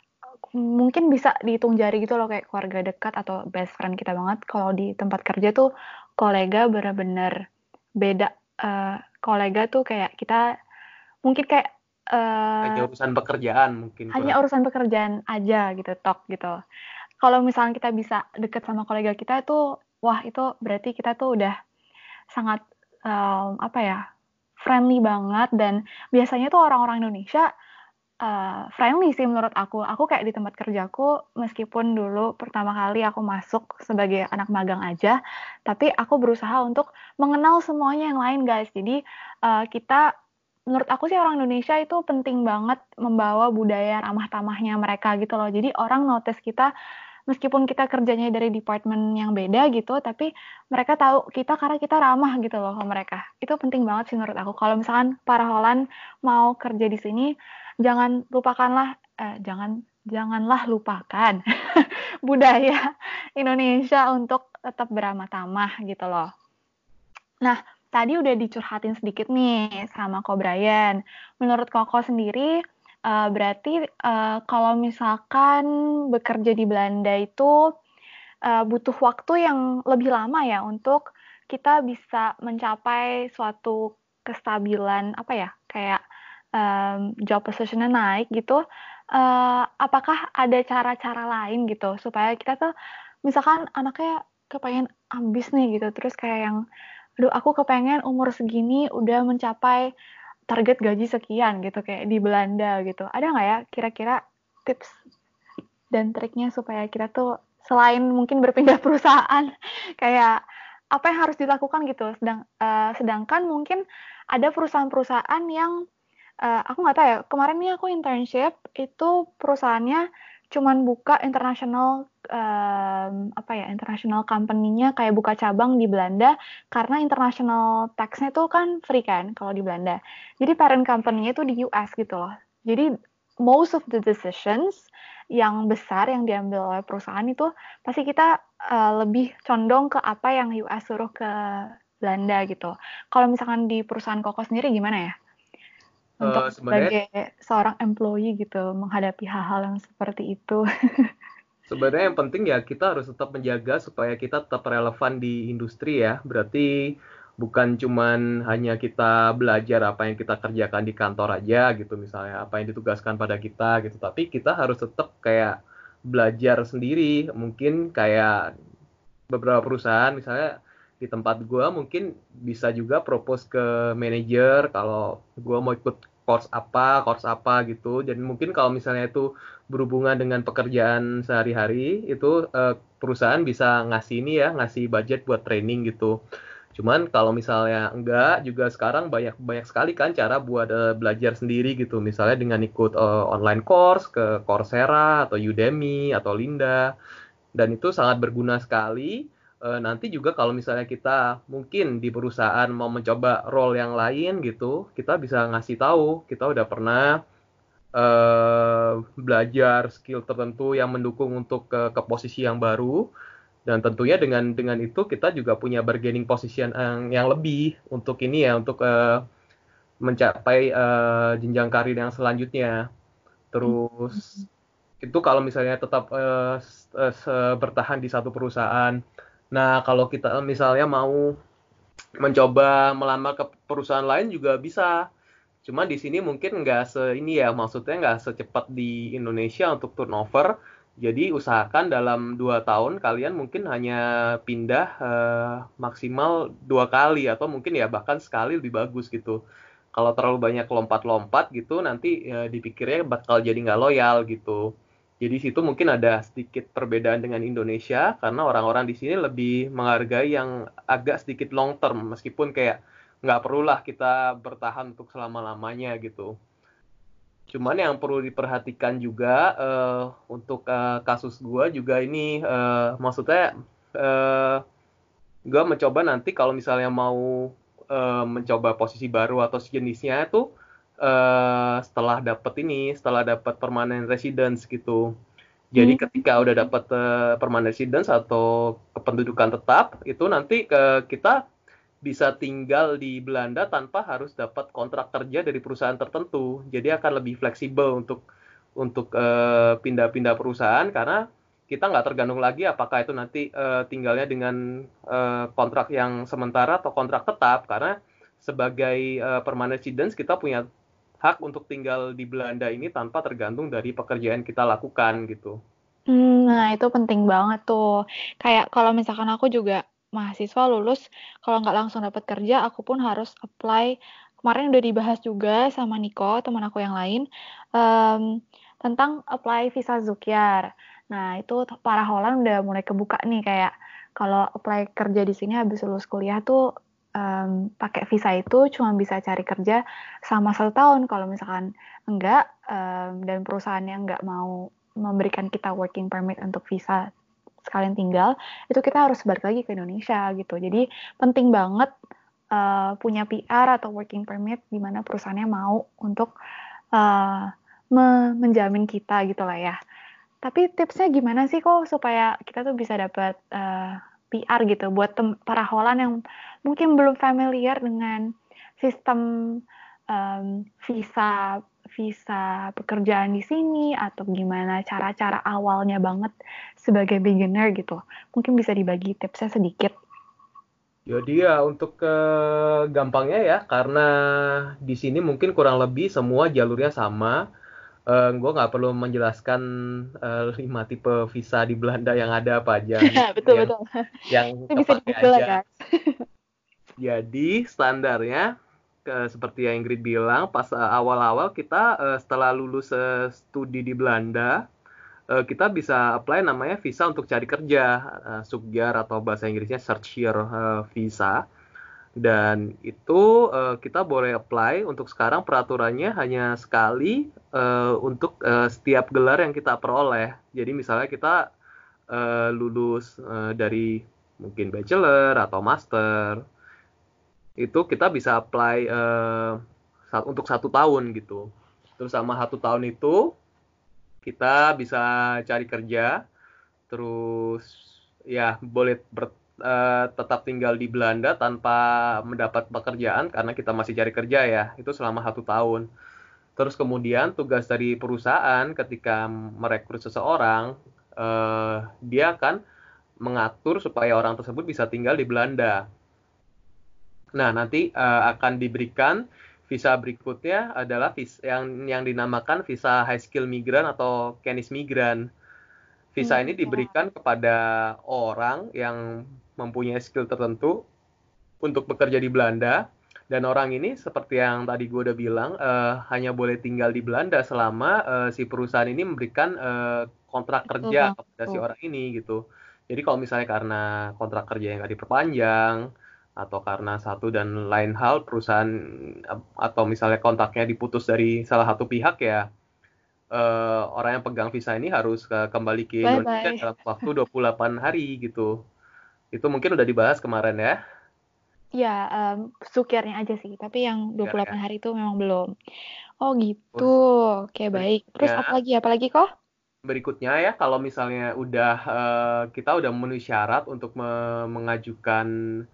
mungkin bisa dihitung jari gitu loh, kayak keluarga dekat atau best friend kita banget. Kalau di tempat kerja tuh kolega bener-bener beda. Eh, kolega tuh kayak kita mungkin kayak hanya eh, urusan pekerjaan mungkin kurang. hanya urusan pekerjaan aja gitu, talk gitu. Kalau misalnya kita bisa deket sama kolega kita itu, wah itu berarti kita tuh udah sangat um, apa ya, friendly banget. Dan biasanya tuh orang-orang Indonesia uh, friendly sih menurut aku. Aku kayak di tempat kerjaku, meskipun dulu pertama kali aku masuk sebagai anak magang aja, tapi aku berusaha untuk mengenal semuanya yang lain guys. Jadi uh, kita menurut aku sih orang Indonesia itu penting banget membawa budaya ramah tamahnya mereka gitu loh. Jadi orang notice kita meskipun kita kerjanya dari departemen yang beda gitu, tapi mereka tahu kita karena kita ramah gitu loh ke mereka. Itu penting banget sih menurut aku. Kalau misalkan para Holland mau kerja di sini, jangan lupakanlah, eh, jangan janganlah lupakan budaya Indonesia untuk tetap beramah tamah gitu loh. Nah, tadi udah dicurhatin sedikit nih sama Ko Brian. Menurut Koko sendiri, uh, berarti uh, kalau misalkan bekerja di Belanda itu uh, butuh waktu yang lebih lama ya untuk kita bisa mencapai suatu kestabilan apa ya, kayak um, job positionnya naik gitu. Uh, apakah ada cara-cara lain gitu supaya kita tuh misalkan anaknya kepengen ambis nih gitu, terus kayak yang aduh aku kepengen umur segini udah mencapai target gaji sekian gitu kayak di Belanda gitu. Ada nggak ya kira-kira tips dan triknya supaya kita tuh selain mungkin berpindah perusahaan kayak apa yang harus dilakukan gitu. Sedang, uh, sedangkan mungkin ada perusahaan-perusahaan yang uh, aku nggak tahu ya. Kemarin nih aku internship itu perusahaannya cuman buka international um, apa ya international company-nya kayak buka cabang di Belanda karena international tax-nya itu kan free kan kalau di Belanda. Jadi parent company-nya itu di U S gitu loh. Jadi most of the decisions yang besar yang diambil oleh perusahaan itu pasti kita uh, lebih condong ke apa yang U S suruh ke Belanda gitu. Kalau misalkan di perusahaan Koko sendiri gimana ya? Untuk Uh, sebenarnya sebagai seorang employee gitu menghadapi hal-hal yang seperti itu. Sebenarnya yang penting ya kita harus tetap menjaga supaya kita tetap relevan di industri ya. Berarti bukan cuman hanya kita belajar apa yang kita kerjakan di kantor aja gitu misalnya, apa yang ditugaskan pada kita gitu. Tapi kita harus tetap kayak belajar sendiri. Mungkin kayak beberapa perusahaan misalnya di tempat gue mungkin bisa juga propose ke manajer kalau gue mau ikut course apa, course apa gitu. Dan mungkin kalau misalnya itu berhubungan dengan pekerjaan sehari-hari, itu eh, perusahaan bisa ngasih ini ya, ngasih budget buat training gitu. Cuman kalau misalnya enggak, juga sekarang banyak banyak sekali kan cara buat uh, belajar sendiri gitu. Misalnya dengan ikut uh, online course ke Coursera atau Udemy atau Lynda. Dan itu sangat berguna sekali. Uh, nanti juga kalau misalnya kita mungkin di perusahaan mau mencoba role yang lain gitu, kita bisa ngasih tahu kita udah pernah uh, belajar skill tertentu yang mendukung untuk ke, ke posisi yang baru. Dan tentunya dengan dengan itu kita juga punya bargaining position yang, yang lebih untuk ini ya, untuk uh, mencapai uh, jenjang karir yang selanjutnya. Terus Itu kalau misalnya tetap uh, bertahan di satu perusahaan. Nah, kalau kita misalnya mau mencoba melamar ke perusahaan lain juga bisa. Cuma di sini mungkin nggak se ini ya, maksudnya nggak secepat di Indonesia untuk turnover. Jadi usahakan dalam dua tahun kalian mungkin hanya pindah uh, maksimal dua kali atau mungkin ya bahkan sekali lebih bagus gitu. Kalau terlalu banyak lompat-lompat gitu nanti uh, dipikirnya bakal jadi nggak loyal gitu. Jadi situ mungkin ada sedikit perbedaan dengan Indonesia karena orang-orang di sini lebih menghargai yang agak sedikit long term meskipun kayak nggak perlulah kita bertahan untuk selama-lamanya gitu. Cuman yang perlu diperhatikan juga uh, untuk uh, kasus gue juga ini uh, maksudnya uh, gue mencoba nanti kalau misalnya mau uh, mencoba posisi baru atau sejenisnya itu uh, setelah dapat ini, setelah dapat permanent residence gitu. Jadi ketika udah dapat uh, permanent residence atau kependudukan tetap, itu nanti uh, kita bisa tinggal di Belanda tanpa harus dapat kontrak kerja dari perusahaan tertentu. Jadi akan lebih fleksibel untuk untuk uh, pindah-pindah perusahaan karena kita nggak tergantung lagi apakah itu nanti uh, tinggalnya dengan uh, kontrak yang sementara atau kontrak tetap karena sebagai uh, permanent residence kita punya hak untuk tinggal di Belanda ini tanpa tergantung dari pekerjaan kita lakukan gitu. Hmm, nah itu penting banget tuh. Kayak kalau misalkan aku juga mahasiswa lulus, kalau nggak langsung dapat kerja, aku pun harus apply. Kemarin udah dibahas juga sama Niko, teman aku yang lain, um, tentang apply visa Zukyar. Nah itu para Holland udah mulai kebuka nih kayak kalau apply kerja di sini habis lulus kuliah tuh um, pakai visa itu cuma bisa cari kerja sama satu tahun. Kalau misalkan enggak um, dan perusahaannya enggak mau memberikan kita working permit untuk visa sekalian tinggal, itu kita harus balik lagi ke Indonesia gitu. Jadi penting banget uh, punya P R atau working permit di mana perusahaannya mau untuk uh, me- menjamin kita gitu lah ya. Tapi tipsnya gimana sih kok supaya kita tuh bisa dapat uh, P R gitu buat tem- para Holland yang mungkin belum familiar dengan sistem um, visa visa pekerjaan di sini atau gimana cara-cara awalnya banget sebagai beginner gitu. Mungkin bisa dibagi tipsnya sedikit. Jadi ya untuk ke gampangnya ya karena di sini mungkin kurang lebih semua jalurnya sama. Uh, gue nggak perlu menjelaskan uh, lima tipe visa di Belanda yang ada apa aja. betul yang betul. yang Itu bisa di kepake Google aja. ya guys. Jadi standarnya ke, seperti yang Ingrid bilang pas uh, awal-awal kita uh, setelah lulus uh, studi di Belanda uh, kita bisa apply namanya visa untuk cari kerja uh, Sugjar atau bahasa Inggrisnya search here uh, visa. Dan itu uh, kita boleh apply untuk sekarang peraturannya hanya sekali uh, untuk uh, setiap gelar yang kita peroleh. Jadi misalnya kita uh, lulus uh, dari mungkin bachelor atau master, itu kita bisa apply uh, untuk satu tahun gitu. Terus sama satu tahun itu kita bisa cari kerja, terus ya boleh ber, uh, tetap tinggal di Belanda tanpa mendapat pekerjaan karena kita masih cari kerja ya, itu selama satu tahun. Terus kemudian tugas dari perusahaan ketika merekrut seseorang, uh, dia akan mengatur supaya orang tersebut bisa tinggal di Belanda. Nah, nanti uh, akan diberikan visa berikutnya adalah visa yang yang dinamakan visa high skill migran atau Canis migran. Visa ini diberikan kepada orang yang mempunyai skill tertentu untuk bekerja di Belanda. Dan orang ini seperti yang tadi gue udah bilang, uh, hanya boleh tinggal di Belanda selama uh, si perusahaan ini memberikan uh, kontrak kerja kepada si orang ini gitu. Jadi kalau misalnya karena kontrak kerja yang nggak diperpanjang, atau karena satu dan lain hal perusahaan atau misalnya kontraknya diputus dari salah satu pihak ya, uh, orang yang pegang visa ini harus uh, kembali ke Indonesia Bye-bye. dalam waktu dua puluh delapan hari gitu. Itu mungkin udah dibahas kemarin ya. Ya, um, sukirnya aja sih, tapi yang dua puluh delapan Ya. hari itu memang belum. Oh gitu, Terus oke baik. Terus berikutnya, apa lagi, apa lagi kok? berikutnya ya kalau misalnya udah uh, kita udah memenuhi syarat untuk me- mengajukan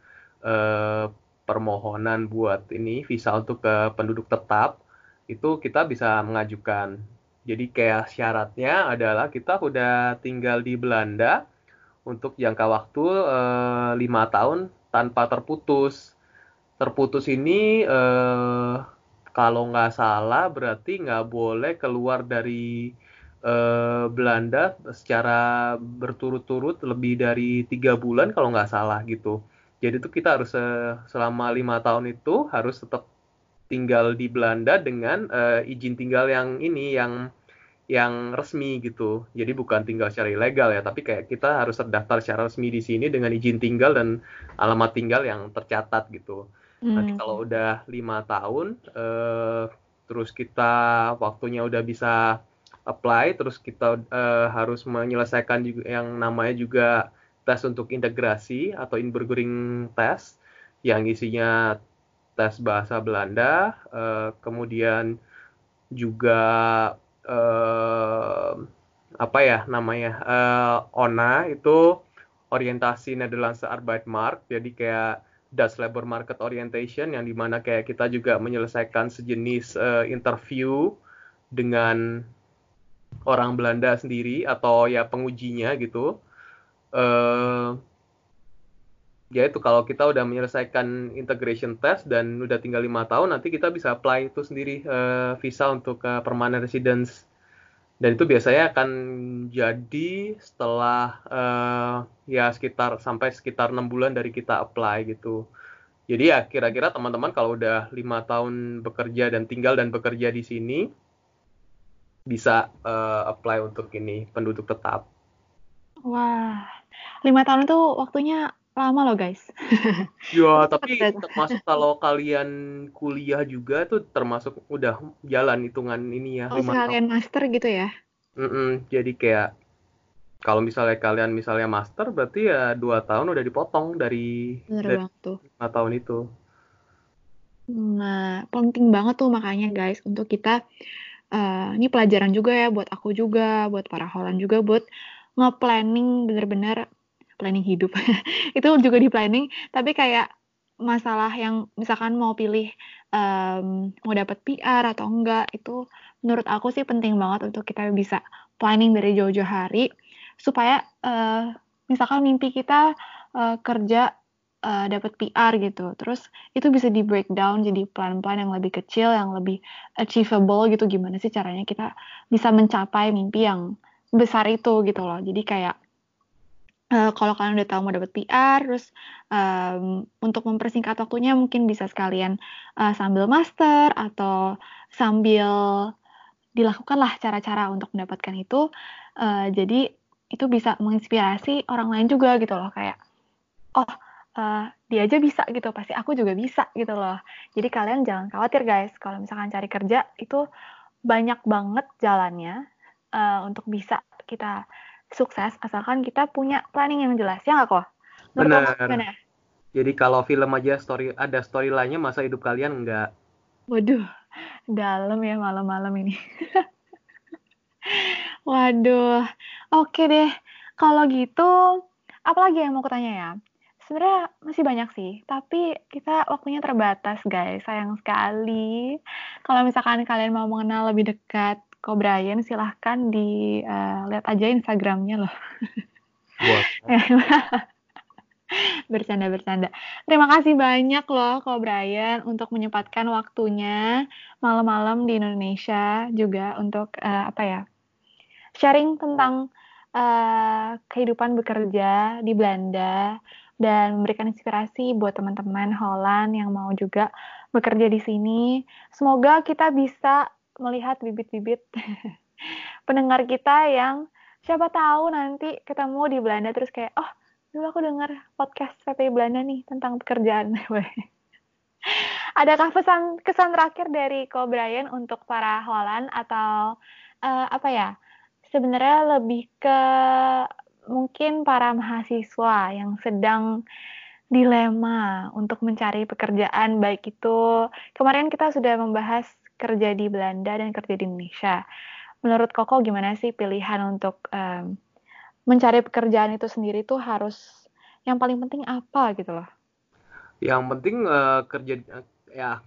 uh, permohonan buat ini visa untuk ke penduduk tetap, itu kita bisa mengajukan. Jadi kayak syaratnya adalah kita udah tinggal di Belanda untuk jangka waktu eh, lima tahun tanpa terputus. Terputus ini eh, kalau nggak salah berarti nggak boleh keluar dari eh, Belanda secara berturut-turut lebih dari tiga bulan kalau nggak salah gitu. Jadi itu kita harus eh, selama lima tahun itu harus tetap tinggal di Belanda dengan eh, izin tinggal yang ini yang yang resmi gitu. Jadi bukan tinggal secara ilegal ya, tapi kayak kita harus terdaftar secara resmi di sini dengan izin tinggal dan alamat tinggal yang tercatat gitu. Nanti Hmm. kalau udah lima tahun, eh, terus kita waktunya udah bisa apply, terus kita eh, harus menyelesaikan juga yang namanya juga tes untuk integrasi atau inburgering test yang isinya tes bahasa Belanda, eh, kemudian juga eh, apa ya namanya eh, O N A itu orientasi Nederlandse Arbeidsmarkt, jadi kayak Dutch Labor Market Orientation yang dimana kayak kita juga menyelesaikan sejenis eh, interview dengan orang Belanda sendiri atau ya pengujinya gitu. Eh, ya itu kalau kita udah menyelesaikan integration test dan udah tinggal lima tahun nanti kita bisa apply itu sendiri eh, visa untuk uh, permanent residence. Dan itu biasanya akan jadi setelah uh, ya sekitar sampai sekitar enam bulan dari kita apply gitu. Jadi ya kira-kira teman-teman kalau udah lima tahun bekerja dan tinggal dan bekerja di sini bisa uh, apply untuk ini penduduk tetap. Wah, lima tahun itu waktunya lama loh guys. Ya, Itu cepet tapi guys. termasuk kalau kalian kuliah juga tuh termasuk udah jalan hitungan ini ya Kalau lima tahun. sekalian master gitu ya. Mm-mm, jadi kayak kalau misalnya kalian misalnya master berarti ya dua tahun udah dipotong dari Bener dari banget tuh. lima tahun itu. Nah, penting banget tuh makanya guys untuk kita eh, ini pelajaran juga ya buat aku juga, buat para Holland juga, buat nge-planning bener-bener planning hidup. Itu juga di planning, tapi kayak masalah yang misalkan mau pilih em, mau dapat P R atau enggak, itu menurut aku sih penting banget untuk kita bisa planning dari jauh-jauh hari supaya eh, misalkan mimpi kita eh, kerja eh, dapat P R gitu. Terus itu bisa di breakdown jadi plan-plan yang lebih kecil, yang lebih achievable gitu. Gimana sih caranya kita bisa mencapai mimpi yang besar itu gitu loh. Jadi kayak eh, kalau kalian udah tahu mau dapat P R, terus em, untuk mempersingkat waktunya mungkin bisa sekalian eh, sambil master atau sambil dilakukanlah cara-cara untuk mendapatkan itu. Eh, jadi itu bisa menginspirasi orang lain juga gitu loh kayak oh eh, dia aja bisa gitu pasti aku juga bisa gitu loh. Jadi kalian jangan khawatir guys kalau misalkan cari kerja itu banyak banget jalannya eh, untuk bisa kita sukses asalkan kita punya planning yang jelas ya nggak kok? Menurut kamu Bener. gimana? Jadi kalau film aja story ada storyline-nya masa hidup kalian enggak? Waduh, dalam ya malam-malam ini. Waduh, oke deh. Kalau gitu, apalagi yang mau kutanya ya? Sebenarnya masih banyak sih, tapi kita waktunya terbatas, guys. Sayang sekali. Kalau misalkan kalian mau mengenal lebih dekat Ko Brian, silahkan di eh, lihat aja Instagramnya loh. Buat. Bercanda-bercanda. Terima kasih banyak loh Ko Brian untuk menyempatkan waktunya malam-malam di Indonesia juga untuk eh, apa ya? Sharing tentang uh, kehidupan bekerja di Belanda dan memberikan inspirasi buat teman-teman Holland yang mau juga bekerja di sini. Semoga kita bisa melihat bibit-bibit pendengar kita yang siapa tahu nanti ketemu di Belanda terus kayak, oh dulu aku dengar podcast P P I Belanda nih tentang pekerjaan. Adakah pesan kesan terakhir dari Ko Brian untuk para Holland atau uh, apa ya? Sebenarnya lebih ke mungkin para mahasiswa yang sedang dilema untuk mencari pekerjaan baik itu kemarin kita sudah membahas kerja di Belanda dan kerja di Indonesia. Menurut Koko gimana sih pilihan untuk um, mencari pekerjaan itu sendiri tuh harus yang paling penting apa gitu loh? Yang penting eh, kerja ya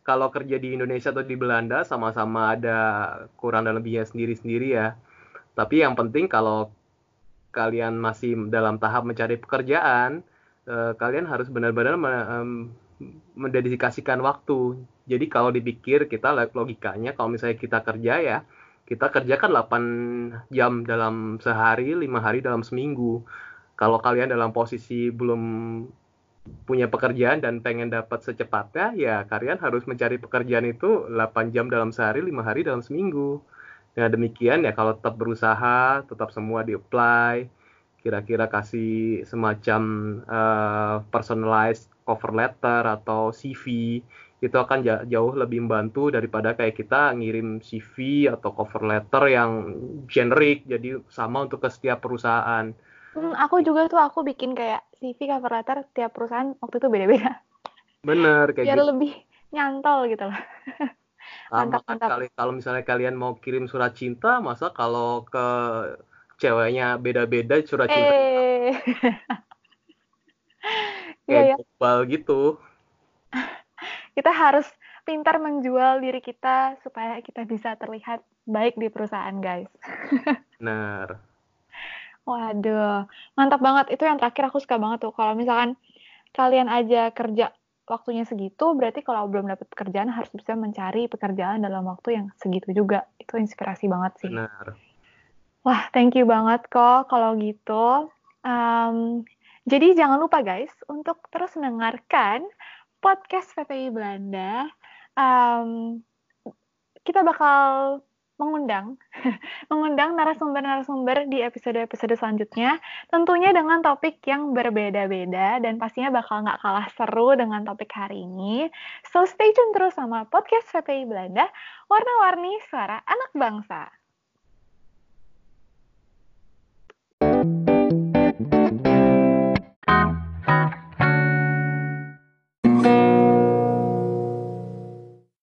kalau kerja di Indonesia atau di Belanda sama-sama ada kurang dan lebihnya sendiri-sendiri ya. Tapi yang penting kalau kalian masih dalam tahap mencari pekerjaan, eh, kalian harus benar-benar me- em, mendedikasikan waktu. Jadi kalau dipikir kita logikanya kalau misalnya kita kerja ya, kita kerja kan delapan jam dalam sehari, lima hari dalam seminggu. Kalau kalian dalam posisi belum punya pekerjaan dan pengen dapat secepatnya, ya kalian harus mencari pekerjaan itu delapan jam dalam sehari, lima hari dalam seminggu. Dengan demikian ya kalau tetap berusaha, tetap semua di-apply, kira-kira kasih semacam uh, personalized cover letter atau C V, itu akan jauh lebih membantu daripada kayak kita ngirim C V atau cover letter yang generik, jadi sama untuk ke setiap perusahaan. Hmm, aku juga tuh aku bikin kayak C V, cover letter tiap perusahaan waktu itu beda-beda. Bener kayak biar gitu. lebih nyantol gitu loh. Sama Mantap, kan mantap. kali kalau misalnya kalian mau kirim surat cinta, masa kalau ke ceweknya beda-beda surat cinta Eh, iya kayak ya. global gitu. Kita harus pintar menjual diri kita supaya kita bisa terlihat baik di perusahaan, guys. Benar. Waduh, mantap banget. Itu yang terakhir aku suka banget tuh. Kalau misalkan kalian aja kerja waktunya segitu, berarti kalau belum dapat pekerjaan harus bisa mencari pekerjaan dalam waktu yang segitu juga. Itu inspirasi banget sih. Benar. Wah, thank you banget kok kalau gitu. Um, jadi jangan lupa guys untuk terus mendengarkan podcast P P I Belanda. Um, kita bakal mengundang mengundang narasumber-narasumber di episode-episode selanjutnya, tentunya dengan topik yang berbeda-beda dan pastinya bakal nggak kalah seru dengan topik hari ini. So stay tune terus sama podcast P P I Belanda, warna-warni suara anak bangsa.